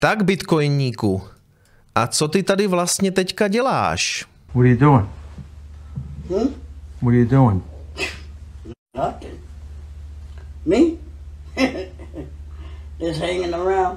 Tak, bitcoinníku, a co ty tady vlastně teďka děláš? What are you doing? What are you doing? Nothing. Me? Just hanging around.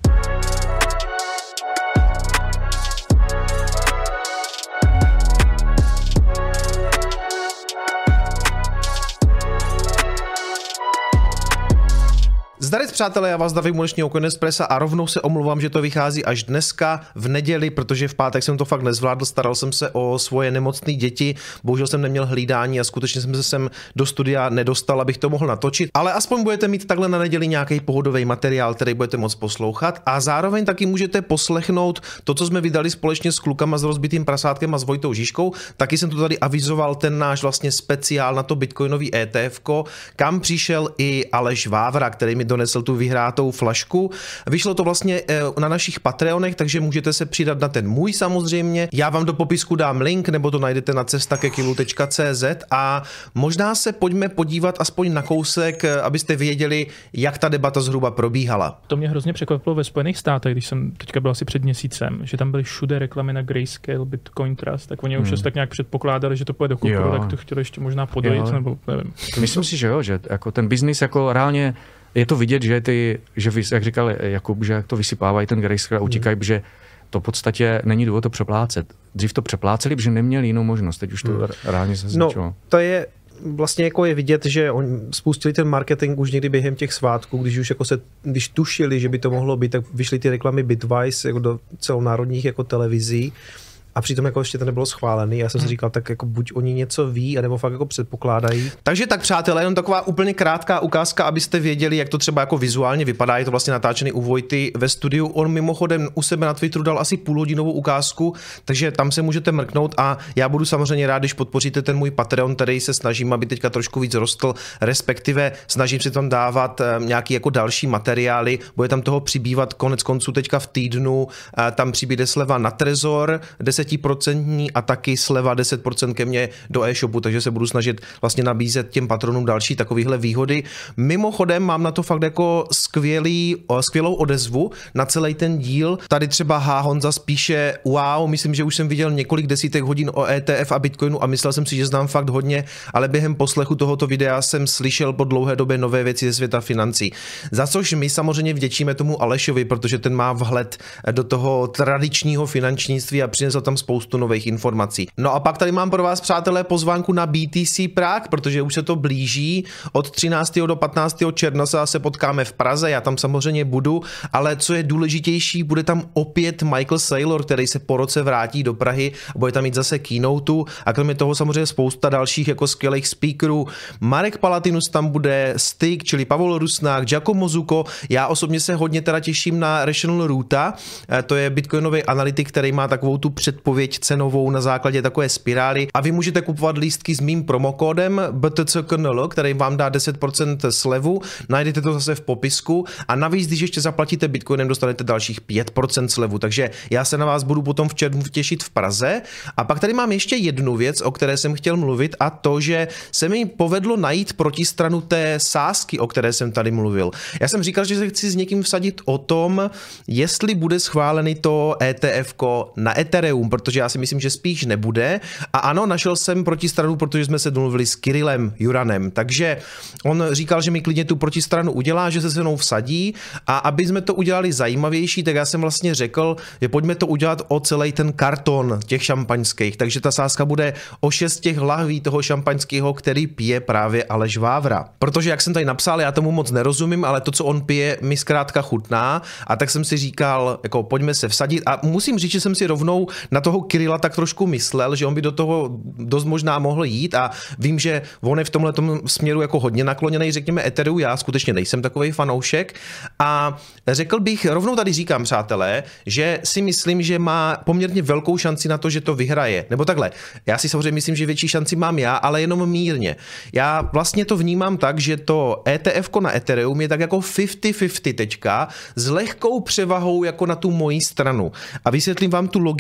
Zdarec, přátelé, já vás zdravím u dnešního Coinespressa a rovnou se omlouvám, že to vychází až dneska v neděli, protože v pátek jsem to fakt nezvládl, staral jsem se o svoje nemocné děti, bohužel jsem neměl hlídání a skutečně jsem se sem do studia nedostal, abych to mohl natočit, ale aspoň budete mít takhle na neděli nějaký pohodový materiál, který budete moct poslouchat a zároveň taky můžete poslechnout to, co jsme vydali společně s klukama s Rozbitým prasátkem a s Vojtou Žižkou. Taky jsem to tady avizoval, ten náš vlastně speciál na to bitcoinový ETFko, kam přišel i Aleš Vávra, který mi donesl tu vyhrátou flašku. Vyšlo to vlastně na našich Patreonech, takže můžete se přidat na ten můj samozřejmě. Já vám do popisku dám link, nebo to najdete na cestakekilu.cz a možná se pojďme podívat aspoň na kousek, abyste věděli, jak ta debata zhruba probíhala. To mě hrozně překvapilo ve Spojených státech, když jsem teďka byl asi před měsícem, že tam byly všude reklamy na Grayscale, Bitcoin Trust, tak oni už tak nějak předpokládali, že to půjde do Cooperu, tak to chtěli ještě možná podojit, nebo nevím. Myslím si, že jo, že jako ten biznis jako reálně je to vidět, že jak říkal Jakub, že to vysypávají ten Grayscale a utíkají, že to v podstatě není důvod to přeplácet. Dřív to přepláceli, protože neměli jinou možnost, teď už to reálně se zničilo. No, to je vlastně jako je vidět, že oni spustili ten marketing už někdy během těch svátků, když tušili, že by to mohlo být, tak vyšly ty reklamy Bitwise jako do celonárodních jako televizí. A přitom jako ještě to nebylo schválený. Já jsem si říkal, tak jako buď oni něco ví, anebo fakt jako předpokládají. Takže tak, přátelé, jenom taková úplně krátká ukázka, abyste věděli, jak to třeba jako vizuálně vypadá. Je to vlastně natáčený u Vojty ve studiu. On mimochodem u sebe na Twitteru dal asi půlhodinovou ukázku, takže tam se můžete mrknout a já budu samozřejmě rád, když podpoříte ten můj Patreon, který se snažím, aby teďka trošku víc rostl, respektive snažím se tam dávat nějaký jako další materiály. Bude tam toho přibývat konec konců teďka v týdnu. Tam přibyde sleva na Trezor 10% a taky sleva 10% ke mně do e-shopu, takže se budu snažit vlastně nabízet těm patronům další takovýhle výhody. Mimochodem mám na to fakt jako skvělou odezvu na celý ten díl. Tady třeba Honza spíše wow, myslím, že už jsem viděl několik desítek hodin o ETF a Bitcoinu a myslel jsem si, že znám fakt hodně, ale během poslechu tohoto videa jsem slyšel po dlouhé době nové věci ze světa financí. Za což my samozřejmě vděčíme tomu Alešovi, protože ten má vhled do toho tradičního finančnictví a přinesl tam spoustu nových informací. No a pak tady mám pro vás, přátelé, pozvánku na BTC Prague, protože už se to blíží. Od 13. do 15. června se potkáme v Praze, já tam samozřejmě budu, ale co je důležitější, bude tam opět Michael Saylor, který se po roce vrátí do Prahy a bude tam mít zase keynote a kromě toho samozřejmě spousta dalších jako skvělých speakerů. Marek Palatinus tam bude, Styk, čili Pavol Rusnák, Giacomo Zucco. Já osobně se hodně teda těším na Rational Roota, to je bitcoinový analytik, který má takovou tu předpověď cenovou na základě takové spirály a vy můžete kupovat lístky s mým promokódem BTCKNL, který vám dá 10% slevu, najdete to zase v popisku a navíc, když ještě zaplatíte bitcoinem, dostanete dalších 5% slevu, takže já se na vás budu potom v červnu těšit v Praze a pak tady mám ještě jednu věc, o které jsem chtěl mluvit a to, že se mi povedlo najít protistranu té sázky, o které jsem tady mluvil. Já jsem říkal, že se chci s někým vsadit o tom, jestli bude schválený to ETFko na Ethereum, protože já si myslím, že spíš nebude. A ano, našel jsem protistranu, protože jsme se domluvili s Kirillem Juranem. Takže on říkal, že mi klidně tu protistranu udělá, že se mnou vsadí a aby jsme to udělali zajímavější, tak já jsem vlastně řekl, že pojďme to udělat o celý ten karton těch šampaňských. Takže ta sázka bude o 6 těch lahví toho šampaňského, který pije právě Aleš Vávra. Protože jak jsem tady napsal, já tomu moc nerozumím, ale to, co on pije, mi zkrátka chutná a tak jsem si říkal, jako pojďme se vsadit a musím říct, že jsem si rovnou na toho Kirilla tak trošku myslel, že on by do toho dost možná mohl jít a vím, že on je v tomhletom směru jako hodně nakloněný, řekněme Ethereum, já skutečně nejsem takovej fanoušek a řekl bych, rovnou tady říkám, přátelé, že si myslím, že má poměrně velkou šanci na to, že to vyhraje. Nebo takhle, já si samozřejmě myslím, že větší šanci mám já, ale jenom mírně. Já vlastně to vnímám tak, že to ETFko na Ethereum je tak jako 50-50 teďka s lehkou převahou jako na tu moji stranu. A vysvětlím vám tu logiku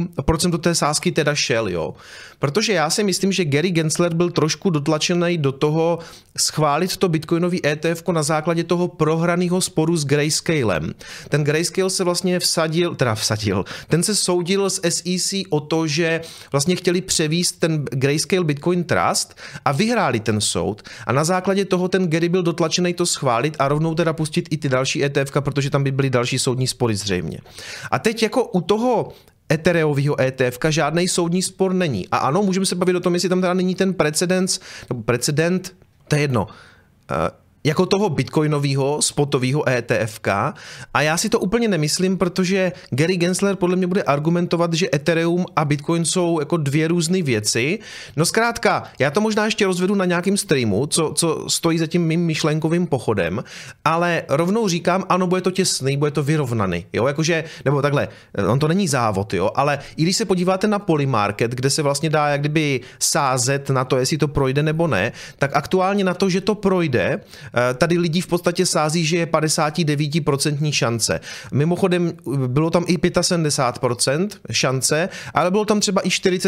proč jsem do té sázky teda šel, jo. Protože já si myslím, že Gary Gensler byl trošku dotlačený do toho schválit to bitcoinový ETF na základě toho prohraného sporu s Grayscalem. Ten Grayscale se vlastně ten se soudil s SEC o to, že vlastně chtěli převíst ten Grayscale Bitcoin Trust a vyhráli ten soud a na základě toho ten Gary byl dotlačený to schválit a rovnou teda pustit i ty další ETF, protože tam by byly další soudní spory zřejmě. A teď jako u toho Ethereového ETF žádný soudní spor není. A ano, můžeme se bavit o tom, jestli tam teda není ten precedent, to je jedno, jako toho bitcoinového spotového ETFK a já si to úplně nemyslím, protože Gary Gensler podle mě bude argumentovat, že Ethereum a Bitcoin jsou jako dvě různé věci. No zkrátka, já to možná ještě rozvedu na nějakém streamu, co stojí za tím mým myšlenkovým pochodem, ale rovnou říkám, ano, bude to těsný, bude to vyrovnaný, jo, jakože, nebo takhle, on to není závod, jo, ale i když se podíváte na Polymarket, kde se vlastně dá jak kdyby sázet na to, jestli to projde nebo ne, tak aktuálně na to, že to projde, tady lidi v podstatě sází, že je 59% šance. Mimochodem bylo tam i 75% šance, ale bylo tam třeba i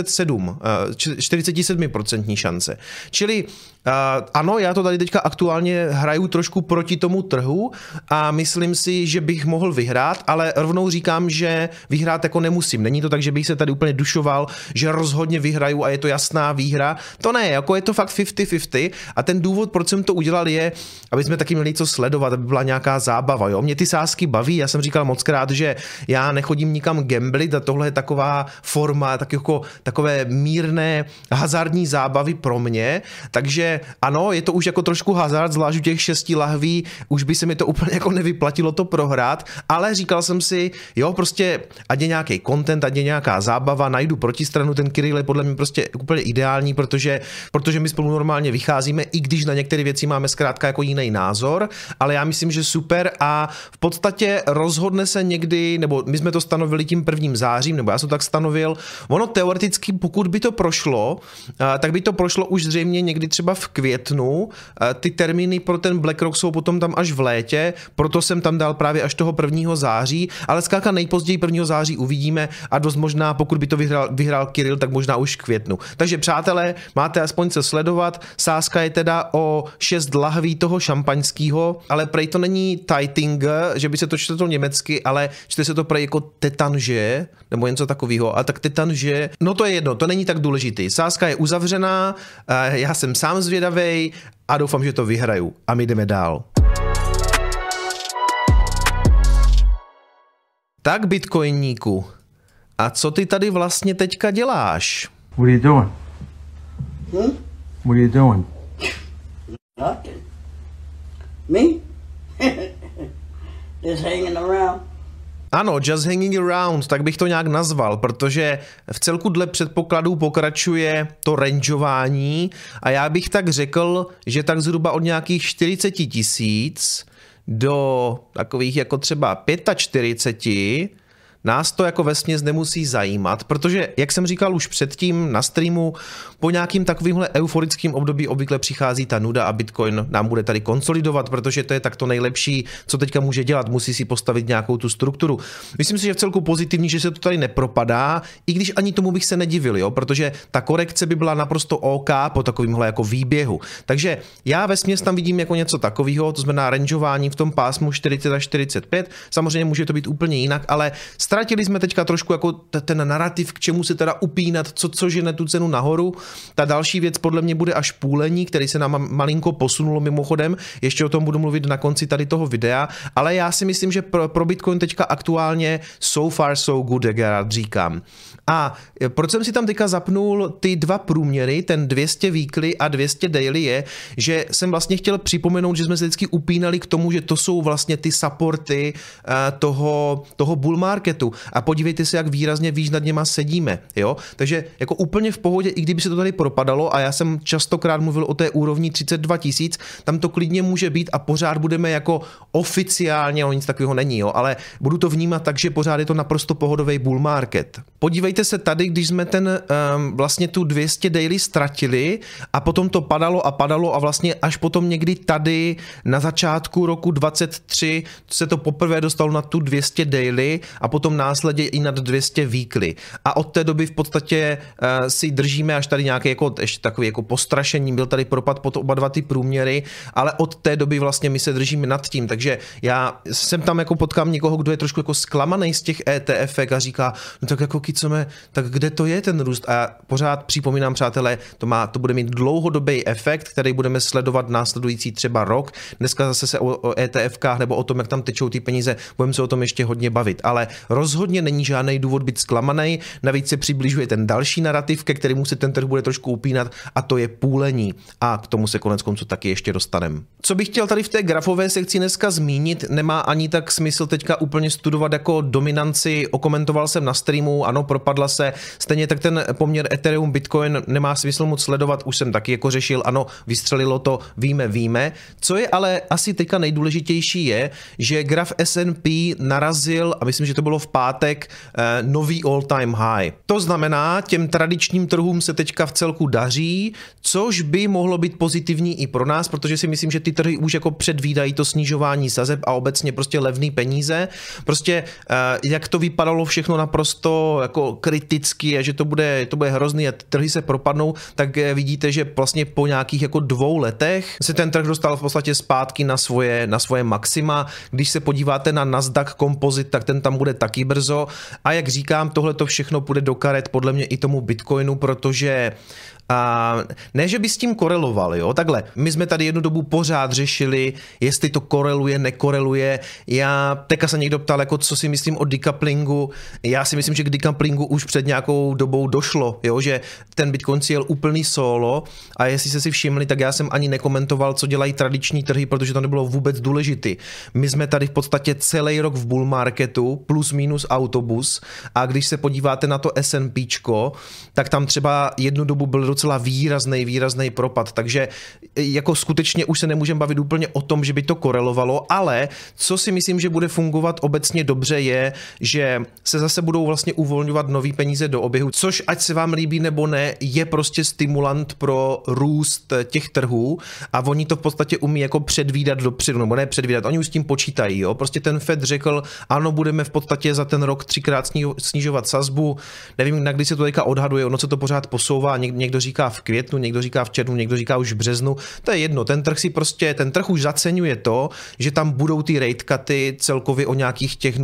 47% šance. Čili ano, já to tady teďka aktuálně hraju trošku proti tomu trhu a myslím si, že bych mohl vyhrát, ale rovnou říkám, že vyhrát jako nemusím. Není to tak, že bych se tady úplně dušoval, že rozhodně vyhraju a je to jasná výhra. To ne, jako je to fakt 50-50 a ten důvod, proč jsem to udělal, je, aby jsme taky měli co sledovat, aby byla nějaká zábava. Jo? Mě ty sázky baví, já jsem říkal mockrát, že já nechodím nikam gamblit a tohle je taková forma, takové mírné hazardní zábavy pro mě, takže ano, je to už jako trošku hazard, zvlášť u těch 6 lahví, už by se mi to úplně jako nevyplatilo to prohrát, ale říkal jsem si, jo, prostě ať je nějaký content, ať je nějaká zábava, najdu protistranu, ten Kirill je podle mě prostě úplně ideální, protože my spolu normálně vycházíme, i když na některé věci máme zkrátka jako jiný názor, ale já myslím, že super a v podstatě rozhodne se někdy, nebo my jsme to stanovili tím 1. zářím, nebo já jsem to tak stanovil, ono teoreticky, pokud by to prošlo, tak by to prošlo už zřejmě někdy třeba v květnu, ty termíny pro ten BlackRock jsou potom tam až v létě, proto jsem tam dal právě až toho 1. září, ale zkrátka nejpozději 1. září uvidíme a dost možná, pokud by to vyhrál Kirill, tak možná už v květnu. Takže přátelé, máte aspoň se sledovat, sázka je teda o 6 lahví toho šampaňského, ale prej to není Taitinger, že by se to četlo německy, ale čte se to prej jako Tetanže, nebo něco takového, a tak Tetanže, no to je jedno, to není tak důležitý. Sázka je uzavřená, já jsem sám zvědavej a doufám, že to vyhraju. A my jdeme dál. Tak, bitcoiníku, a co ty tady vlastně teďka děláš? What are you doing? What are you doing? Nothing. Me? Just hanging around. Ano, just hanging around, tak bych to nějak nazval, protože v celku dle předpokladů pokračuje to rangeování a já bych tak řekl, že tak zhruba od nějakých 40 000 do takových jako třeba 45 nás to jako vesměs nemusí zajímat, protože, jak jsem říkal už předtím na streamu, po nějakým takovýmhle euforickým období obvykle přichází ta nuda a Bitcoin nám bude tady konsolidovat, protože to je tak to nejlepší, co teďka může dělat, musí si postavit nějakou tu strukturu. Myslím si, že v celku pozitivní, že se to tady nepropadá, i když ani tomu bych se nedivil, jo, protože ta korekce by byla naprosto OK po takovýmhle jako výběhu. Takže já vesměs tam vidím jako něco takového, to znamená rangeování v tom pásmu 40 až 45, samozřejmě může to být úplně jinak, ale ztratili jsme teďka trošku jako ten narrativ, k čemu se teda upínat, co žene tu cenu nahoru. Ta další věc podle mě bude až půlení, který se nám malinko posunulo mimochodem. Ještě o tom budu mluvit na konci tady toho videa, ale já si myslím, že pro Bitcoin teďka aktuálně so far so good, jak já říkám. A proč jsem si tam teďka zapnul ty dva průměry, ten 200 weekly a 200 daily je, že jsem vlastně chtěl připomenout, že jsme se vždycky upínali k tomu, že to jsou vlastně ty supporty toho bull marketu. A podívejte se, jak výrazně výš nad něma sedíme, jo? Takže jako úplně v pohodě, i kdyby se to tady propadalo a já jsem častokrát mluvil o té úrovni 32 000, tam to klidně může být a pořád budeme jako oficiálně, nic takového není, jo? Ale budu to vnímat tak, že pořád je to naprosto pohodový bull market. Podívejte se tady, když jsme vlastně tu 200 daily ztratili a potom to padalo a vlastně až potom někdy tady na začátku roku 23 se to poprvé dostalo na tu 200 daily a potom potom následně i nad 200 weekly. A od té doby v podstatě si držíme až tady nějaké jako, ještě takový jako postrašení, byl tady propad pod oba dva ty průměry, ale od té doby vlastně my se držíme nad tím, takže já jsem tam jako potkám někoho, kdo je trošku jako zklamaný z těch ETF a říká, no tak jako kicome, tak kde to je ten růst? A já pořád připomínám, přátelé, to bude mít dlouhodobý efekt, který budeme sledovat následující třeba rok. Dneska zase se o ETFkách nebo o tom, jak tam tečou ty peníze, budeme se o tom ještě hodně bavit, ale rozhodně není žádný důvod být zklamaný, navíc se přibližuje ten další narrativ, ke kterému se ten trh bude trošku upínat, a to je půlení, a k tomu se koneckonců taky ještě dostaneme. Co bych chtěl tady v té grafové sekci dneska zmínit, nemá ani tak smysl teďka úplně studovat jako dominanci, okomentoval jsem na streamu, ano, propadla se, stejně tak ten poměr Ethereum Bitcoin nemá smysl moc sledovat, už jsem taky jako řešil, ano, vystřelilo to, víme. Co je ale asi teďka nejdůležitější je, že graf S&P narazil, a myslím, že to bylo v pátek, nový all-time high. To znamená, těm tradičním trhům se teďka v celku daří, což by mohlo být pozitivní i pro nás, protože si myslím, že ty trhy už jako předvídají to snižování sazeb a obecně prostě levný peníze. Prostě jak to vypadalo všechno naprosto jako kriticky a že to bude hrozný a trhy se propadnou, tak vidíte, že vlastně po nějakých jako 2 letech se ten trh dostal v podstatě zpátky na svoje maxima. Když se podíváte na Nasdaq Composite, tak ten tam bude taky brzo. A jak říkám, tohle to všechno půjde do karet podle mě i tomu Bitcoinu, protože ne, že by s tím koreloval, jo, takhle. My jsme tady jednu dobu pořád řešili, jestli to koreluje, nekoreluje. Já teďka se někdo ptal, jako co si myslím o decouplingu. Já si myslím, že k decouplingu už před nějakou dobou došlo, jo, že ten Bitcoin si jel úplný solo, a jestli jste si všimli, tak já jsem ani nekomentoval, co dělají tradiční trhy, protože to nebylo vůbec důležitý. My jsme tady v podstatě celý rok v bull marketu, plus minus autobus, a když se podíváte na to S&Pčko, tak tam třeba jednu dobu byl docela výrazný propad, takže jako skutečně už se nemůžeme bavit úplně o tom, že by to korelovalo, ale co si myslím, že bude fungovat obecně dobře je, že se zase budou vlastně uvolňovat nový peníze do oběhu, což ať se vám líbí nebo ne, je prostě stimulant pro růst těch trhů, a oni to v podstatě umí jako předvídat dopředu, nebo ne předvídat, oni už s tím počítají, jo, prostě ten Fed řekl, ano, budeme v podstatě za ten rok 3krát snižovat sazbu, nevím, na kdy se to teďka odhaduje, ono se to pořád posouvá, někdo říká v květnu, někdo říká v červnu, někdo říká už v březnu, to je jedno, ten trh už zaceňuje to, že tam budou ty rate cuty celkově o nějakých těch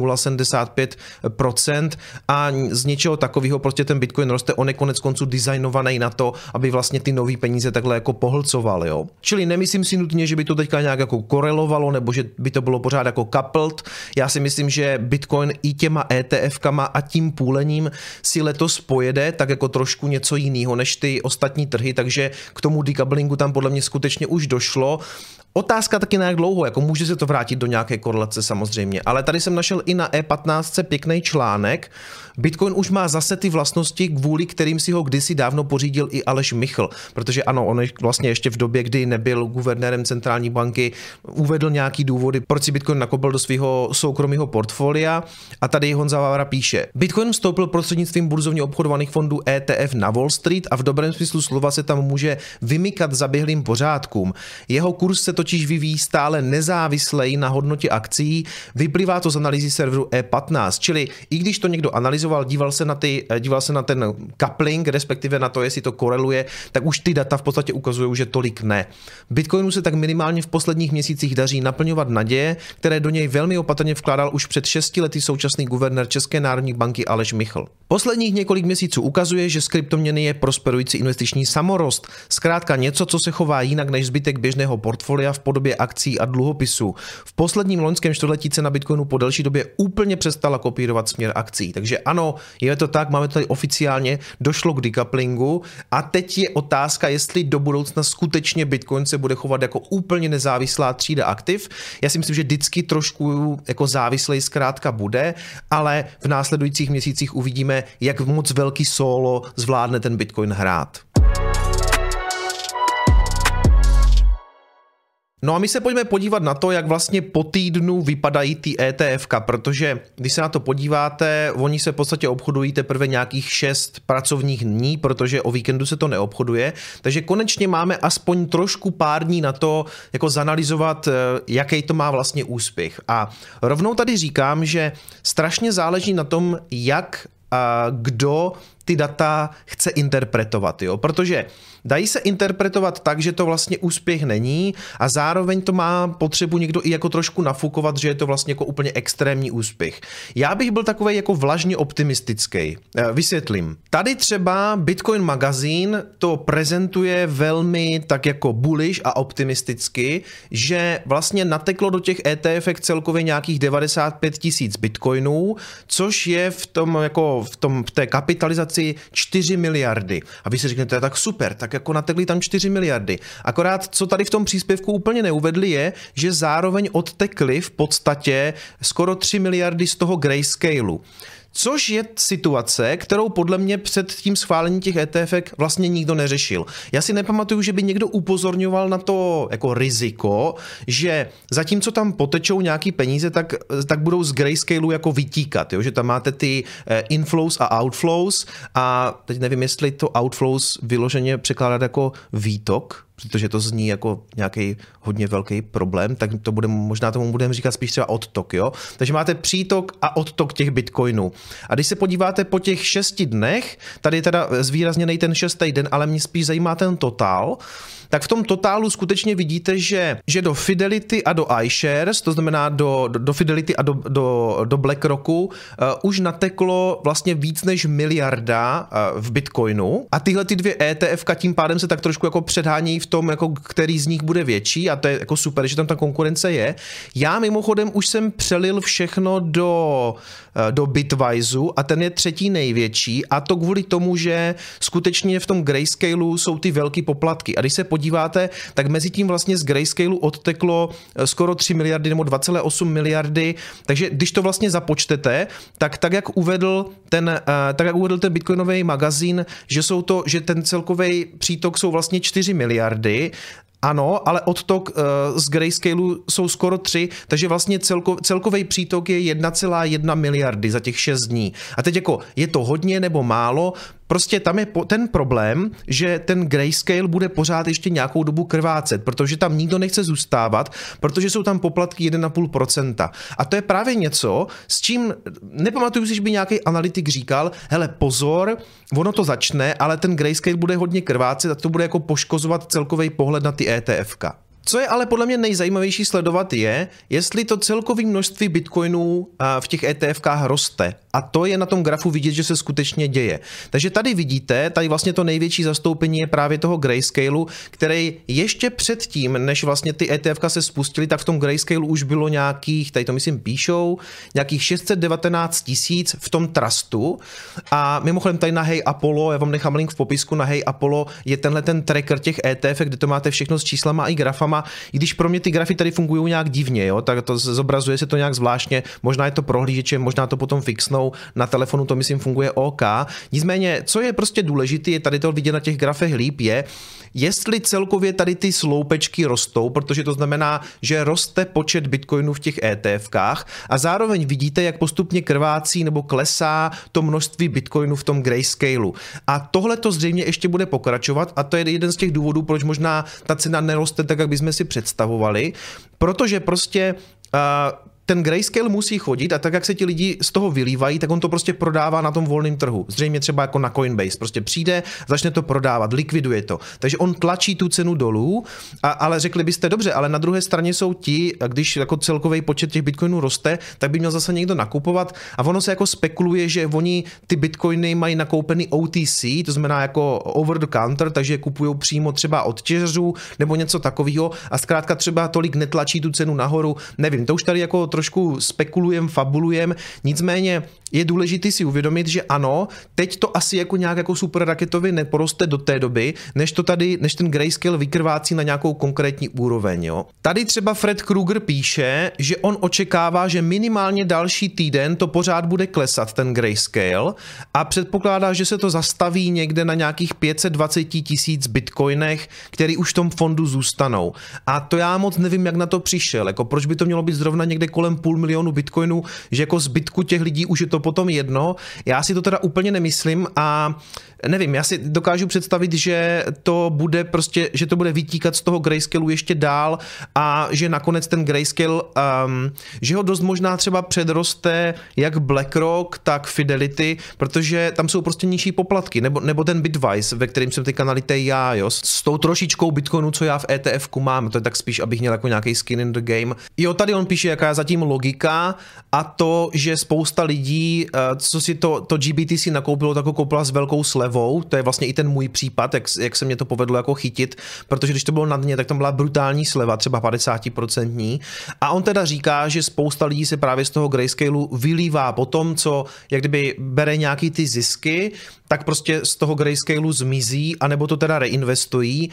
0,75% a z něčeho takového prostě ten Bitcoin roste, on je koneckonců designovaný na to, aby vlastně ty nový peníze takhle jako pohlcoval, jo. Čili nemyslím si nutně, že by to teďka nějak jako korelovalo, nebo že by to bylo pořád jako coupled. Já si myslím, že Bitcoin i těma ETFkama a tím půlením si letos pojede tak jako trošku něco jiného než ty ostatní trhy, takže k tomu decouplingu tam podle mě skutečně už došlo. Otázka taky na jak dlouho, jako může se to vrátit do nějaké korelace samozřejmě, ale tady jsem našel i na E15 pěkný článek. Bitcoin už má zase ty vlastnosti, kvůli kterým si ho kdysi dávno pořídil i Aleš Michl, protože ano, on vlastně ještě v době, kdy nebyl guvernérem centrální banky, uvedl nějaký důvody, proč si Bitcoin nakopil do svého soukromého portfolia, a tady Honza Vávra píše: Bitcoin vstoupil prostřednictvím burzovně obchodovaných fondů ETF na Wall Street a v dobrém smyslu slova se tam může vymykat zaběhlým pořádkům. Jeho kurz se totiž vyvíjí stále nezávisleji na hodnotě akcií, vyplývá to z analýzy serveru E15, čili i když to někdo analyzoval, díval se na ten coupling, respektive na to, jestli to koreluje, tak už ty data v podstatě ukazují, že tolik ne. Bitcoinu se tak minimálně v posledních měsících daří naplňovat naděje, které do něj velmi opatrně vkládal už před 6 lety současný guvernér České národní banky Aleš Michl. Posledních několik měsíců ukazuje, že z kryptoměny je prosperující investiční samorost, zkrátka něco, co se chová jinak než zbytek běžného portfolia v podobě akcí a dluhopisů. V posledním loňském čtvrtletí cena Bitcoinu po delší době úplně přestala kopírovat směr akcí. Takže ano, je to tak, máme to tady oficiálně, došlo k decouplingu a teď je otázka, jestli do budoucna skutečně Bitcoin se bude chovat jako úplně nezávislá třída aktiv. Já si myslím, že vždycky trošku jako závislej zkrátka bude, ale v následujících měsících uvidíme, jak moc velký solo zvládne ten Bitcoin hrát. No a my se pojďme podívat na to, jak vlastně po týdnu vypadají ty ETFka, protože když se na to podíváte, oni se v podstatě obchodují teprve nějakých 6 pracovních dní, protože o víkendu se to neobchoduje, takže konečně máme aspoň trošku pár dní na to, jako zanalyzovat, jaký to má vlastně úspěch. A rovnou tady říkám, že strašně záleží na tom, jak a kdo ty data chce interpretovat, jo? Protože dají se interpretovat tak, že to vlastně úspěch není a zároveň to má potřebu někdo i jako trošku nafukovat, že je to vlastně jako úplně extrémní úspěch. Já bych byl takovej jako vlažně optimistický. Vysvětlím. Tady třeba Bitcoin Magazine to prezentuje velmi tak jako bullish a optimisticky, že vlastně nateklo do těch ETFek celkově nějakých 95 000 bitcoinů, což je v té kapitalizaci 4 miliardy. A vy si řeknete, tak super, tak jako natekli tam 4 miliardy. Akorát, co tady v tom příspěvku úplně neuvedli je, že zároveň odtekly v podstatě skoro 3 miliardy z toho grayscaleu. Což je situace, kterou podle mě před tím schválením těch ETFek vlastně nikdo neřešil. Já si nepamatuju, že by někdo upozorňoval na to jako riziko, že zatímco tam potečou nějaký peníze, tak budou z grayscaleu jako vytíkat, jo? Že tam máte ty inflows a outflows a teď nevím, jestli to outflows vyloženě překládat jako výtok, protože to zní jako nějaký hodně velký problém, tak to možná tomu budeme říkat spíš třeba odtok, jo? Takže máte přítok a odtok těch bitcoinů. A když se podíváte po těch 6 dnech, tady je teda zvýrazněný ten 6. den, ale mě spíš zajímá ten totál, tak v tom totálu skutečně vidíte, že do Fidelity a do iShares, to znamená do Fidelity a do BlackRocku, už nateklo vlastně víc než miliarda v Bitcoinu a tyhle ty dvě ETFka tím pádem se tak trošku jako předhání v tom, jako který z nich bude větší a to je jako super, že tam ta konkurence je. Já mimochodem už jsem přelil všechno do Bitwiseu a ten je 3. největší a to kvůli tomu, že skutečně v tom grayscaleu jsou ty velký poplatky a když se podíváte, tak mezi tím vlastně z grayscaleu odteklo skoro 3 miliardy nebo 2,8 miliardy, takže když to vlastně započtete, tak jak uvedl ten bitcoinový magazín, že ten celkový přítok jsou vlastně 4 miliardy, ano, ale odtok z grayscaleu jsou skoro 3, takže vlastně celkový přítok je 1,1 miliardy za těch 6 dní. A teď jako, je to hodně nebo málo? Prostě tam je ten problém, že ten grayscale bude pořád ještě nějakou dobu krvácet, protože tam nikdo nechce zůstávat, protože jsou tam poplatky 1,5%. A to je právě něco, s čím nepamatuju si, že by nějaký analytik říkal, hele pozor, ono to začne, ale ten grayscale bude hodně krvácet a to bude jako poškozovat celkový pohled na ty ETFka. Co je ale podle mě nejzajímavější sledovat je, jestli to celkové množství bitcoinů v těch ETFkách roste. A to je na tom grafu vidět, že se skutečně děje. Takže tady vidíte, tady vlastně to největší zastoupení je právě toho grayscaleu, který ještě předtím, než vlastně ty ETFka se spustily, tak v tom grayscaleu už bylo nějakých, tady to myslím píšou, nějakých 619 000 v tom trustu. A mimochodem tady na Hey Apollo, já vám nechám link v popisku, na Hey Apollo je tenhle ten tracker těch ETF, kde to máte všechno s číslama i grafama, i když pro mě ty grafy tady fungují nějak divně, jo, tak to zobrazuje se to nějak zvláštně, možná je to prohlížečem, možná to potom fixnou, na telefonu to myslím funguje OK. Nicméně, co je prostě důležité, je tady to vidět na těch grafech líp, je, jestli celkově tady ty sloupečky rostou, protože to znamená, že roste počet bitcoinů v těch ETFkách a zároveň vidíte, jak postupně krvácí nebo klesá to množství bitcoinů v tom grayscaleu. A tohle to zřejmě ještě bude pokračovat a to je jeden z těch důvodů, proč možná ta cena neroste tak, jak bychom si představovali, protože prostě ten grayscale musí chodit a tak, jak se ti lidi z toho vylívají, tak on to prostě prodává na tom volném trhu. Zřejmě třeba jako na Coinbase. Prostě přijde, začne to prodávat, likviduje to. Takže on tlačí tu cenu dolů, ale řekli byste, dobře, ale na druhé straně jsou ti, když jako celkový počet těch bitcoinů roste, tak by měl zase někdo nakupovat a ono se jako spekuluje, že oni ty bitcoiny mají nakoupený OTC, to znamená jako over the counter, takže je kupují přímo třeba od těžařů nebo něco takového a zkrátka třeba tolik netlačí tu cenu nahoru. Nevím, to už tady jako trošku spekulujem, fabulujem, nicméně je důležité si uvědomit, že ano, teď to asi jako nějak jako super raketově neporoste do té doby, než ten grayscale vykrvácí na nějakou konkrétní úroveň. Jo. Tady třeba Fred Krueger píše, že on očekává, že minimálně další týden to pořád bude klesat, ten grayscale, a předpokládá, že se to zastaví někde na nějakých 520 000 bitcoinech, který už v tom fondu zůstanou. A to já moc nevím, jak na to přišel. Jako proč by to mělo být zrovna někde kolem 500 000 bitcoinů, že jako zbytku těch lidí už je to potom jedno. Já si to teda úplně nemyslím a nevím, já si dokážu představit, že to bude prostě, že to bude vytíkat z toho grayscaleu ještě dál a že nakonec ten grayscale, že ho dost možná třeba předroste jak BlackRock, tak Fidelity, protože tam jsou prostě nižší poplatky, nebo ten Bitwise, ve kterým jsem teďka nalitej já, jo, s tou trošičkou bitcoinu, co já v ETF-ku mám, to je tak spíš, abych měl jako nějaký skin in the game. Jo, tady on píše, jaká je zatím logika a to, že spousta lidí, co si to GBTC nakoupilo, tak ho koupila s velkou slevou, to je vlastně i ten můj případ, jak se mě to povedlo jako chytit, protože když to bylo na dně, tak tam byla brutální sleva, třeba 50%. A on teda říká, že spousta lidí se právě z toho grayscaleu vylívá po tom, co jak kdyby bere nějaký ty zisky, tak prostě z toho grayscaleu zmizí, anebo to teda reinvestují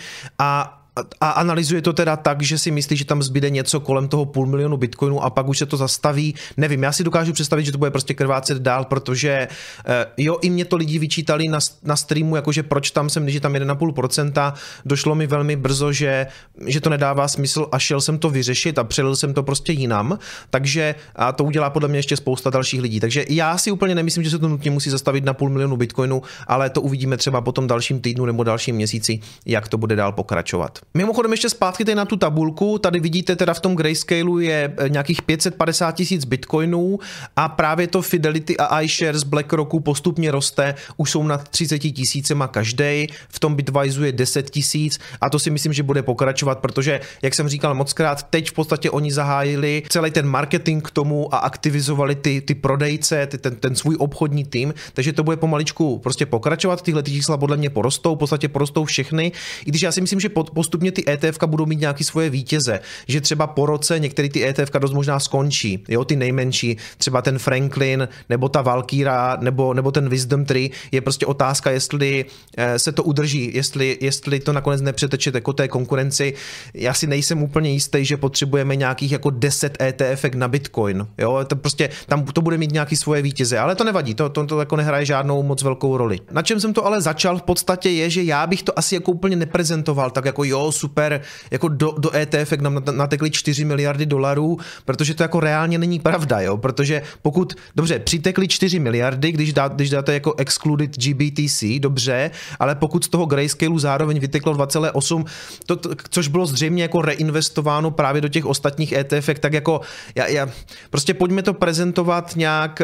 a analyzuje to teda tak, že si myslí, že tam zbyde něco kolem toho 500 000 bitcoinů a pak už se to zastaví. Nevím, já si dokážu představit, že to bude prostě krvácet dál, protože jo, i mě to lidi vyčítali na streamu, jakože proč tam jsem, když je tam 1,5%, došlo mi velmi brzo, že to nedává smysl a šel jsem to vyřešit a přelil jsem to prostě jinam, takže a to udělá podle mě ještě spousta dalších lidí. Takže já si úplně nemyslím, že se to nutně musí zastavit na 500 000 bitcoinů, ale to uvidíme třeba po tom dalším týdnu nebo dalším měsíci, jak to bude dál pokračovat. Mimochodem ještě zpátky tady na tu tabulku, tady vidíte teda v tom grayscaleu je nějakých 550 000 bitcoinů a právě to Fidelity a iShares BlackRocku postupně roste, už jsou nad 30 000 každej, v tom Bitwiseu je 10 000 a to si myslím, že bude pokračovat, protože, jak jsem říkal mockrát, teď v podstatě oni zahájili celý ten marketing k tomu a aktivizovali ty prodejce, ten svůj obchodní tým, takže to bude pomaličku prostě pokračovat, tyhle čísla podle mě porostou, v podstatě porostou všechny, i když já si myslím, že postupně ty ETFka budou mít nějaký svoje vítěze, že třeba po roce některé ty ETFka dost možná skončí, jo, ty nejmenší, třeba ten Franklin, nebo ta Valkyra, nebo ten Wisdom Tree, je prostě otázka, jestli se to udrží, jestli to nakonec nepřeteče jako té konkurenci. Já si nejsem úplně jistý, že potřebujeme nějakých jako 10 ETFek na Bitcoin, jo, to prostě tam to bude mít nějaký svoje vítěze, ale to nevadí, to jako nehraje žádnou moc velkou roli. Na čem jsem to ale začal v podstatě je, že já bych to asi jako úplně neprezentoval, tak jako jo, super, jako do ETFek nám natekly 4 miliardy dolarů, protože to jako reálně není pravda, jo, protože pokud, dobře, přitekly 4 miliardy, když dáte jako excluded GBTC, dobře, ale pokud z toho grayscaleu zároveň vyteklo 2,8, což bylo zřejmě jako reinvestováno právě do těch ostatních ETFek, tak jako prostě pojďme to prezentovat nějak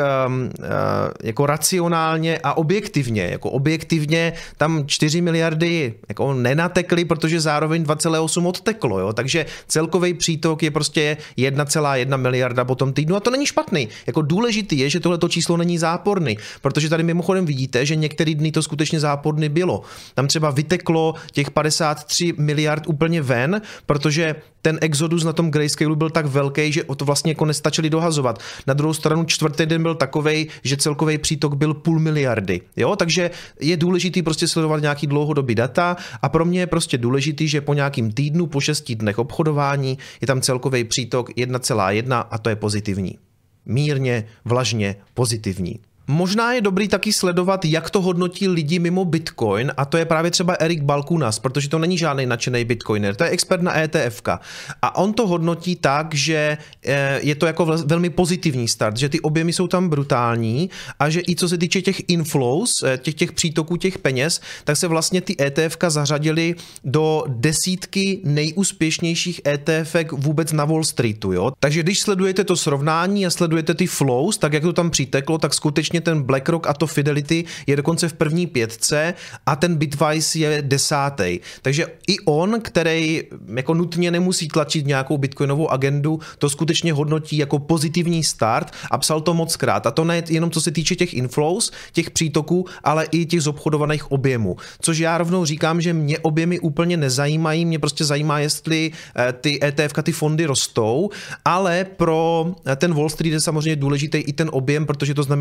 jako racionálně a objektivně, jako objektivně tam 4 miliardy jako nenatekly, protože zároveň 2,8 odteklo, jo? Takže celkový přítok je prostě 1,1 miliarda po tom týdnu a to není špatný. Jako důležitý je, že tohleto číslo není záporný, protože tady mimochodem vidíte, že některý dny to skutečně záporný bylo. Tam třeba vyteklo těch 53 miliard úplně ven, protože ten exodus na tom grayscaleu byl tak velký, že to vlastně jako nestačili dohazovat. Na druhou stranu čtvrtý den byl takovej, že celkový přítok byl 0,5 miliardy. Jo? Takže je důležitý prostě sledovat nějaký dlouhodobý data a pro mě je prostě důležitý, že po nějakým týdnu, po 6 dnech obchodování je tam celkový přítok 1,1 a to je pozitivní. Mírně, vlažně pozitivní. Možná je dobrý taky sledovat, jak to hodnotí lidi mimo Bitcoin a to je právě třeba Erik Balkunas, protože to není žádný nadšený bitcoiner, to je expert na ETFka a on to hodnotí tak, že je to jako velmi pozitivní start, že ty objemy jsou tam brutální a že i co se týče těch inflows, těch přítoků těch peněz, tak se vlastně ty ETFka zařadily do desítky nejúspěšnějších ETFek vůbec na Wall Streetu, jo? Takže když sledujete to srovnání a sledujete ty flows, tak jak to tam přiteklo, tak skutečně ten BlackRock a to Fidelity je dokonce v první 5 a ten Bitwise je 10. Takže i on, který jako nutně nemusí tlačit nějakou bitcoinovou agendu, to skutečně hodnotí jako pozitivní start a psal to mockrát. A to ne jenom co se týče těch inflows, těch přítoků, ale i těch zobchodovaných objemů. Což já rovnou říkám, že mě objemy úplně nezajímají, mě prostě zajímá, jestli ty ETFka, ty fondy rostou, ale pro ten Wall Street je samozřejmě důležitý i ten objem, protože to znamená,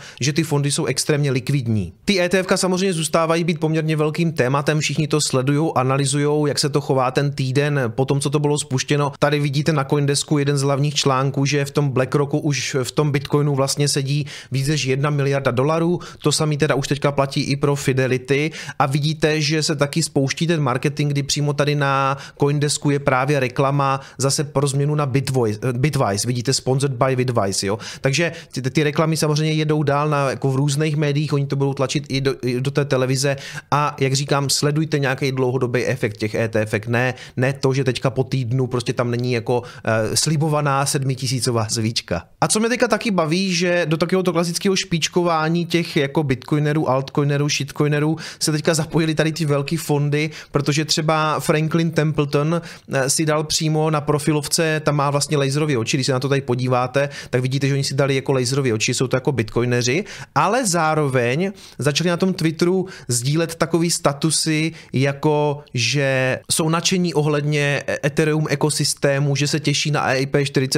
že ty fondy jsou extrémně likvidní. Ty ETFka samozřejmě zůstávají být poměrně velkým tématem, všichni to sledují, analyzují, jak se to chová ten týden po tom, co to bylo spuštěno. Tady vidíte na CoinDesku jeden z hlavních článků, že v tom BlackRocku už v tom Bitcoinu vlastně sedí víc než $1 miliarda. To samý teda už teďka platí i pro Fidelity a vidíte, že se taky spouští ten marketing, kdy přímo tady na CoinDesku je právě reklama zase pro změnu na Bitwise. Vidíte sponsored by Bitwise, jo. Takže ty reklamy samozřejmě jedou dál jako v různých médiích, oni to budou tlačit i do té televize a jak říkám, sledujte nějaký dlouhodobý efekt těch ETFek, ne to, že teďka po týdnu prostě tam není jako slibovaná 7000 svíčka. A co mě teďka taky baví, že do takového klasického špičkování těch jako bitcoinerů, altcoinerů, shitcoinerů se teďka zapojili tady ty velký fondy, protože třeba Franklin Templeton si dal přímo na profilovce, tam má vlastně laserové oči, když se na to tady podíváte, tak vidíte, že oni si dali jako laserové oči, jsou to jako bitcoineři, ale zároveň začali na tom Twitteru sdílet takový statusy, jako že jsou nadšení ohledně Ethereum ekosystému, že se těší na EIP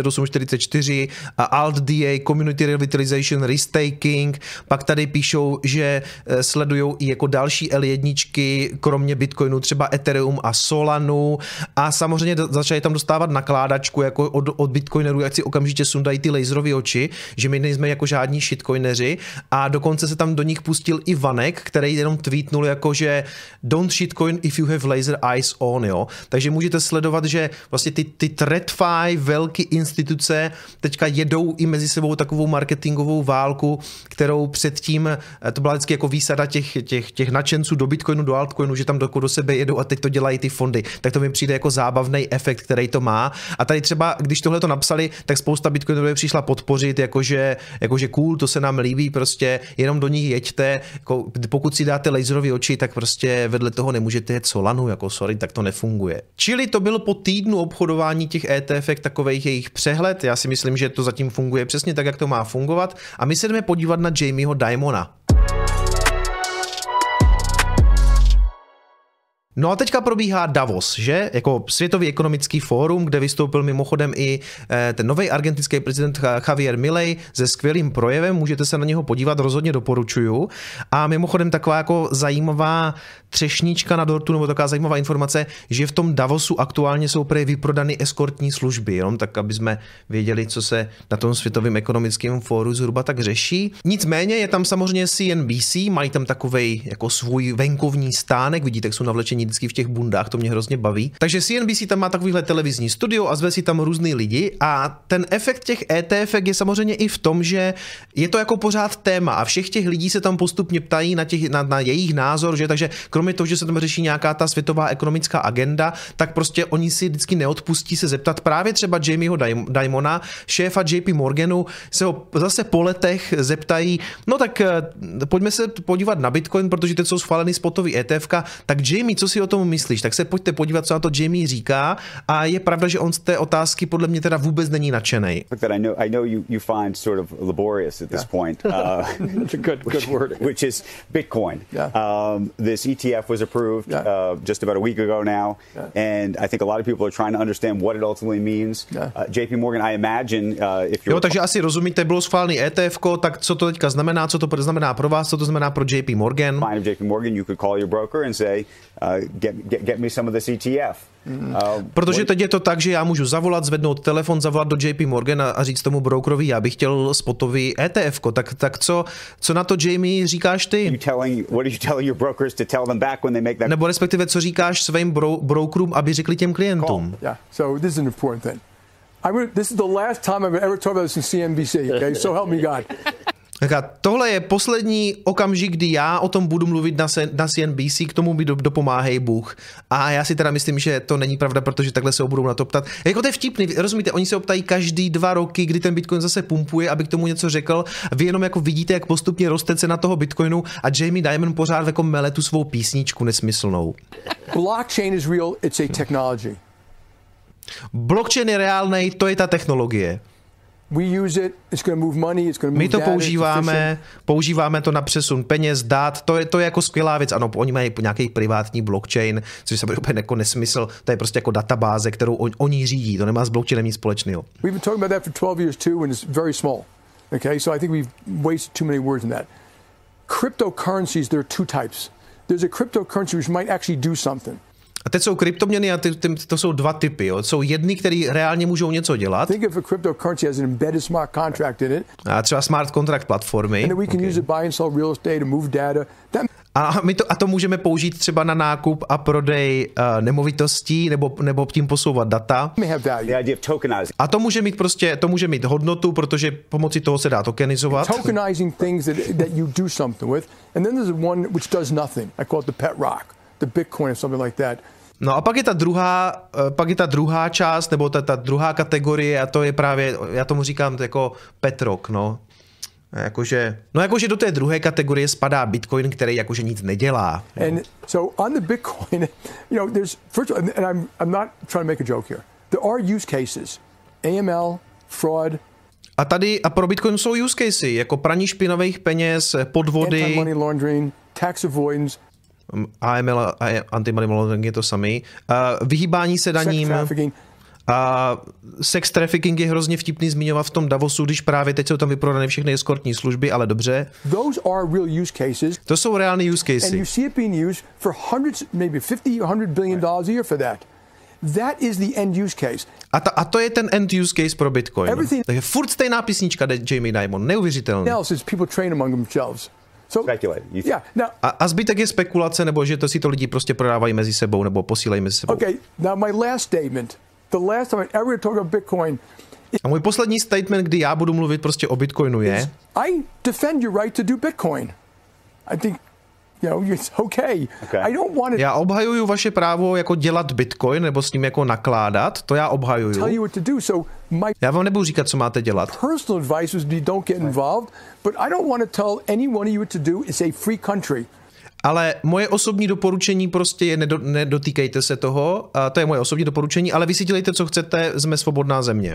4844 a AltDA, Community Revitalization, Restaking, pak tady píšou, že sledujou i jako další L1, kromě Bitcoinu, třeba Ethereum a Solanu a samozřejmě začali tam dostávat nakládačku jako od Bitcoinerů, jak si okamžitě sundají ty laserové oči, že my nejsme jako žádní shitcoineři a dokonce se tam do nich pustil i Vanek, který jenom tweetnul jako, že don't shitcoin if you have laser eyes on, jo. Takže můžete sledovat, že vlastně ty TradFi velké instituce teďka jedou i mezi sebou takovou marketingovou válku, kterou předtím, to byla vždycky jako výsada těch nadšenců do Bitcoinu, do altcoinu, že tam do sebe jedou a teď to dělají ty fondy. Tak to mi přijde jako zábavný efekt, který to má. A tady třeba, když tohle to napsali, tak spousta Bitcoinerů přišla podpořit, jakože cool, to se nám líbí, prostě jenom do nich jeďte, jako, pokud si dáte laserové oči, tak prostě vedle toho nemůžete jet Solanu, jako sorry, tak to nefunguje. Čili to byl po týdnu obchodování těch ETFek takovej jejich přehled, já si myslím, že to zatím funguje přesně tak, jak to má fungovat a my se jdeme podívat na Jamieho Dimona. No a teďka probíhá Davos, že? Jako Světový ekonomický fórum, kde vystoupil mimochodem i ten nový argentinský prezident Javier Milei se skvělým projevem, můžete se na něho podívat, rozhodně doporučuju. A mimochodem taková jako zajímavá třešnička na dortu, nebo taková zajímavá informace, že v tom Davosu aktuálně jsou prý vyprodány eskortní služby, jenom tak, aby jsme věděli, co se na tom Světovém ekonomickém fóru zhruba tak řeší. Nicméně je tam samozřejmě CNBC, mají tam takovej jako svůj venkovní stánek, vidíte, jak jsou navlečení vždycky v těch bundách, to mě hrozně baví. Takže CNBC tam má takovýhle televizní studio a zve si tam různý lidi a ten efekt těch ETFek je samozřejmě i v tom, že je to jako pořád téma a všech těch lidí se tam postupně ptají na jejich názor, že takže kromě toho, že se tam řeší nějaká ta světová ekonomická agenda, tak prostě oni si vždycky neodpustí se zeptat právě třeba Jamieho Dimona, šéfa JP Morganu, se ho zase po letech zeptají, no tak pojďme se podívat na Bitcoin, protože teď jsou schválený spotový ETFka, tak Jamie, co si o tom myslíš? Tak se pojďte podívat, co na to Jamie říká a je pravda, že on z té otázky podle mě teda vůbec není nadšenej. I know you find sort of laborious at this point. That's a good word. Which is Bitcoin. Yeah. This ETF was approved just about a week ago now, and I think a lot of people are trying to understand what it ultimately means. JP Morgan, I imagine if you're... Jo, takže asi rozumíte, bylo schválený ETFko, tak co to teďka znamená, co to znamená pro vás, co to znamená pro JP Morgan? JP Morgan, you could call your broker and say, get me some of this ETF. Protože teď je to tak, že já můžu zavolat, zvednout telefon, zavolat do JP Morgan a říct tomu brokerovi, já bych chtěl spotový ETFko. Tak co na to, Jamie, říkáš ty? Nebo respektive, co říkáš svým brokerům, aby řekli těm klientům? Yeah. So this is an important thing. This is the last time I've ever talked about this in CNBC. Okay? So help me God. Tohle je poslední okamžik, kdy já o tom budu mluvit na CNBC, k tomu mi dopomáhej Bůh. A já si teda myslím, že to není pravda, protože takhle se ho budou na to ptat. Jako to je vtipný, rozumíte, oni se optají každý 2 roky, kdy ten Bitcoin zase pumpuje, aby k tomu něco řekl. Vy jenom jako vidíte, jak postupně roste cena toho Bitcoinu a Jamie Dimon pořád jako mele tu svou písničku nesmyslnou. Blockchain is real, it's a technology. Blockchain je reálnej, to je ta technologie. We use it, it's going to move money, it's going to move My to data, používáme to na přesun peněz, dát, to je jako skvělá věc. Ano, oni mají nějaký privátní blockchain, což se bude úplně jako nesmysl, to je prostě jako databáze, kterou oni řídí, to nemá s blockchainem nic společného. We've been talking about that for 12 years too, and it's very small. Okay, so I think we've wasted too many words in that. Cryptocurrencies, there are two types. There's a cryptocurrency which might actually do something. A teď jsou kryptoměny a to jsou dva typy. Jo. Jsou jedny, které reálně můžou něco dělat. Think of a cryptocurrency as an embedded smart contract in it. A třeba smart contract platformy. And we can use it buy and sell real estate and move data. A to můžeme použít třeba na nákup a prodej nemovitostí nebo tím posouvat data. A to může mít hodnotu, protože pomocí toho se dá tokenizovat. Tokenizing things that you do something with. And then there's one which does nothing. I call it the pet rock, the Bitcoin or something like that. No a pak je ta druhá část, nebo ta druhá kategorie, a to je právě, já tomu říkám jako pet rock, no. Jakože do té druhé kategorie spadá Bitcoin, který jakože nic nedělá. And so on the Bitcoin, there's first of all, and I'm not trying to make a joke here. There are use cases. AML, fraud. A pro Bitcoin jsou use casey, jako praní špinavých peněz, podvody, anti-money laundering, tax avoidance. AML a anti-money laundering je to samý. Vyhýbání se daním. A sex trafficking je hrozně vtipný zmiňovat v tom Davosu, když právě teď jsou tam vyprodané všechny eskortní služby, ale dobře. Those are real use cases. To jsou reální use cases. And you see it being used for hundreds, maybe 50 or $100 billion a year for that. That is the end use case. A to je ten end use case pro Bitcoin. Takže furt stejná písnička Jamie Dimon, neuvěřitelný. Else is people train among themselves. A zbytek je spekulace, nebo že to si to lidi prostě prodávají mezi sebou, nebo posílají mezi sebou. Okay, now my last statement. The last time I ever talk about Bitcoin. A můj poslední statement, kdy já budu mluvit prostě o Bitcoinu je... I defend your right to do Bitcoin. I think, it's okay. I don't want to... Já obhajuju vaše právo jako dělat Bitcoin, nebo s ním jako nakládat, to já obhajuju. Tell you what to do, so já vám nebudu říkat, co máte dělat. Personal advice is don't get involved, but I don't want to tell any one of you what to do. It's a free country. Ale moje osobní doporučení prostě je nedotýkejte se toho, to je moje osobní doporučení, ale vy si dělejte, co chcete, jsme svobodná země.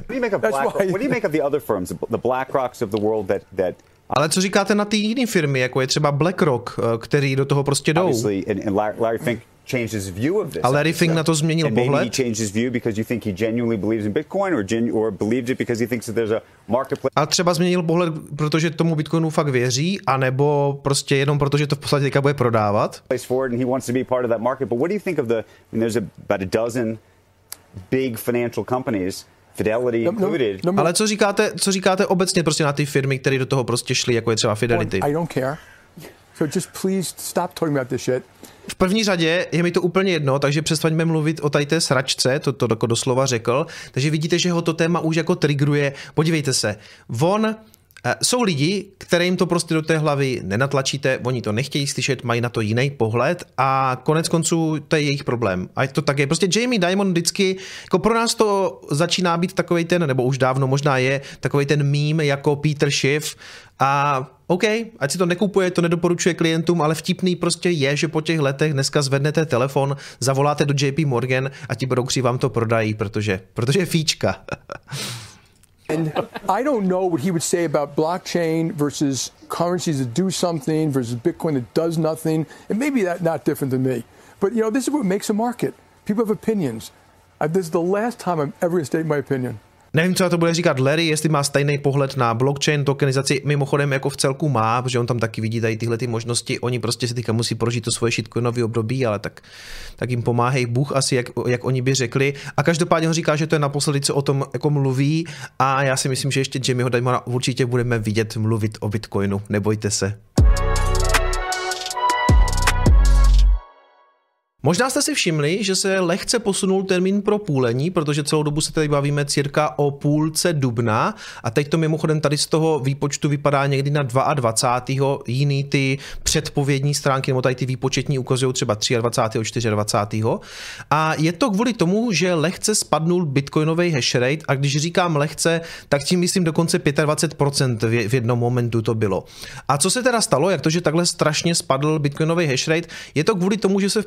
Ale co říkáte na ty jiné firmy, jako je třeba BlackRock, který do toho prostě jdou? Changed his view of this. A Larry Fink na to změnil pohled. Maybe he changed his view because you think he genuinely believes in Bitcoin or believed it because he thinks that there's a marketplace. A třeba změnil pohled, protože tomu Bitcoinu fakt věří, anebo prostě jenom protože to v podstatě teďka bude prodávat. Forward and he wants to be part of that market. But what do you think of there's about a dozen big financial companies, Fidelity included. Ale co říkáte obecně prostě na ty firmy, které do toho prostě šly, jako je třeba Fidelity? I don't care. So just please stop talking about this shit. V první řadě je mi to úplně jedno, takže přestaňme mluvit o tady té sračce, to jako doslova řekl, takže vidíte, že ho to téma už jako triggeruje. Podívejte se, jsou lidi, kterým to prostě do té hlavy nenatlačíte, oni to nechtějí slyšet, mají na to jiný pohled a konec konců to je jejich problém. A to tak je. Prostě Jamie Dimon vždycky, jako pro nás to začíná být takovej ten, nebo už dávno možná je, takovej ten meme jako Peter Schiff a OK, ať si to nekupuje, to nedoporučuje klientům, ale vtipný prostě je, že po těch letech dneska zvednete telefon, zavoláte do JP Morgan a ti broukři vám to prodají, protože je fíčka. And I don't know what he would say about blockchain versus currencies that do something versus Bitcoin that does nothing. And maybe that's not different than me. But, this is what makes a market. People have opinions. This is the last time I'm ever going to state my opinion. Nevím, co na to bude říkat Larry, jestli má stejný pohled na blockchain, tokenizaci, mimochodem jako v celku má, protože on tam taky vidí tady tyhle ty možnosti, oni prostě si teďka musí prožít to svoje shitcoinový období, ale tak jim pomáhají Bůh asi, jak oni by řekli. A každopádně on říká, že to je naposledy, co o tom jako mluví a já si myslím, že ještě Jamieho Dimona určitě budeme vidět mluvit o Bitcoinu, nebojte se. Možná jste si všimli, že se lehce posunul termín pro půlení, protože celou dobu se tady bavíme cirka o půlce dubna a teď to mimochodem tady z toho výpočtu vypadá někdy na 22. Jiný ty předpovědní stránky nebo tady ty výpočetní ukazují třeba 23. 24. A je to kvůli tomu, že lehce spadnul bitcoinový hashrate a když říkám lehce, tak tím myslím dokonce 25% v jednom momentu to bylo. A co se teda stalo, jak to, že takhle strašně spadl bitcoinový hashrate, je to kvůli tomu, že se v podstatě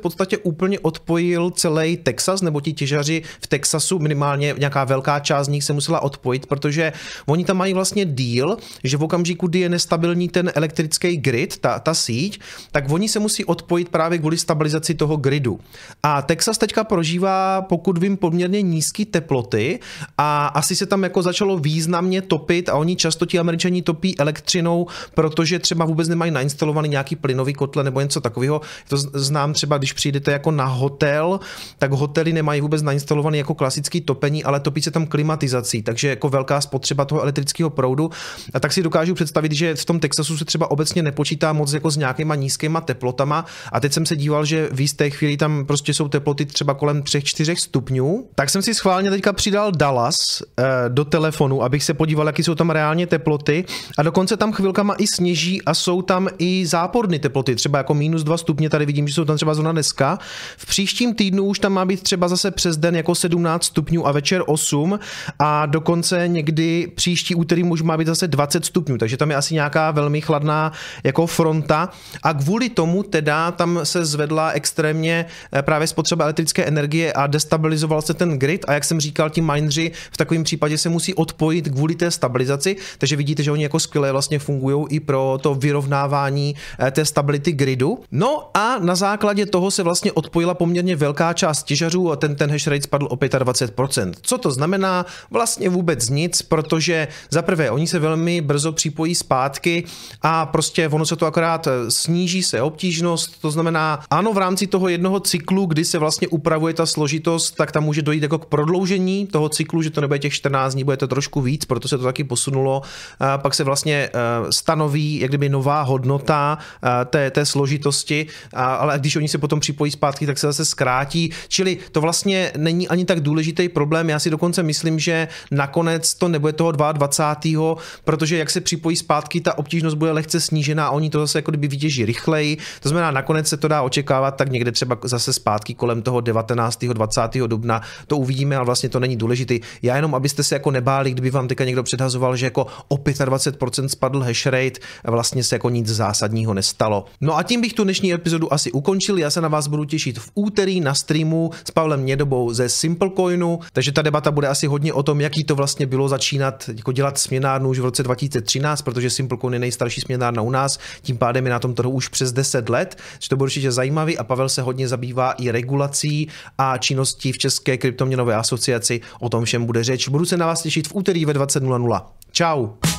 úplně odpojil celý Texas, nebo ti těžaři v Texasu, minimálně nějaká velká část z nich se musela odpojit, protože oni tam mají vlastně deal, že v okamžiku, kdy je nestabilní ten elektrický grid, ta síť, tak oni se musí odpojit právě kvůli stabilizaci toho gridu. A Texas teďka prožívá, pokud vím, poměrně nízké teploty a asi se tam jako začalo významně topit a oni často ti Američani topí elektřinou, protože třeba vůbec nemají nainstalovaný nějaký plynový kotle nebo něco takového. To znám třeba, když přijdete jako na hotel, tak hotely nemají vůbec nainstalovaný jako klasický topení, ale topí se tam klimatizací, takže jako velká spotřeba toho elektrického proudu. A tak si dokážu představit, že v tom Texasu se třeba obecně nepočítá moc jako s nějakýma nízkýma teplotama. A teď jsem se díval, že v jisté chvíli tam prostě jsou teploty třeba kolem 3-4 stupňů. Tak jsem si schválně teďka přidal Dallas do telefonu, abych se podíval, jaký jsou tam reálně teploty. A dokonce tam chvilkama i sněží a jsou tam i záporné teploty, třeba jako -2 stupně, tady vidím, že jsou tam třeba zrovna dneska. V příštím týdnu už tam má být třeba zase přes den jako 17 stupňů a večer 8 a dokonce někdy příští úterý už má být zase 20 stupňů, takže tam je asi nějaká velmi chladná jako fronta a kvůli tomu teda tam se zvedla extrémně právě spotřeba elektrické energie a destabilizoval se ten grid a jak jsem říkal, ti mineři v takovém případě se musí odpojit kvůli té stabilizaci, takže vidíte, že oni jako skvěle vlastně fungují i pro to vyrovnávání té stability gridu. No a na základě toho se vlastně odpojila poměrně velká část těžařů a ten hash rate spadl o 25%. Co to znamená? Vlastně vůbec nic, protože za prvé oni se velmi brzo připojí zpátky a prostě ono se to akorát sníží se obtížnost, to znamená ano, v rámci toho jednoho cyklu, kdy se vlastně upravuje ta složitost, tak tam může dojít jako k prodloužení toho cyklu, že to nebude těch 14 dní, bude to trošku víc, proto se to taky posunulo. Pak se vlastně stanoví jak kdyby nová hodnota té složitosti, ale když oni se potom připojí zpátky, tak se zase zkrátí, čili to vlastně není ani tak důležitý problém. Já si dokonce myslím, že nakonec to nebude toho 22., protože jak se připojí zpátky, ta obtížnost bude lehce snížená a oni to zase jako kdyby vytěží rychleji. To znamená, nakonec se to dá očekávat tak někde třeba zase zpátky kolem toho 19. 20. dubna. To uvidíme, ale vlastně to není důležitý. Já jenom, abyste se jako nebáli, kdyby vám teďka někdo předhazoval, že jako o 25% spadl hash rate, vlastně se jako nic zásadního nestalo. No a tím bych tu dnešní epizodu asi ukončil. Já se na vás budu těšit v úterý na streamu s Pavlem Nědobou ze Simplecoinu, takže ta debata bude asi hodně o tom, jaký to vlastně bylo začínat jako dělat směnárnu už v roce 2013, protože Simplecoin je nejstarší směnárna u nás, tím pádem je na tom trhu už přes 10 let, že to bude určitě zajímavý a Pavel se hodně zabývá i regulací a činností v České kryptoměnové asociaci, o tom všem bude řeč. Budu se na vás těšit v úterý ve 20:00. Čau.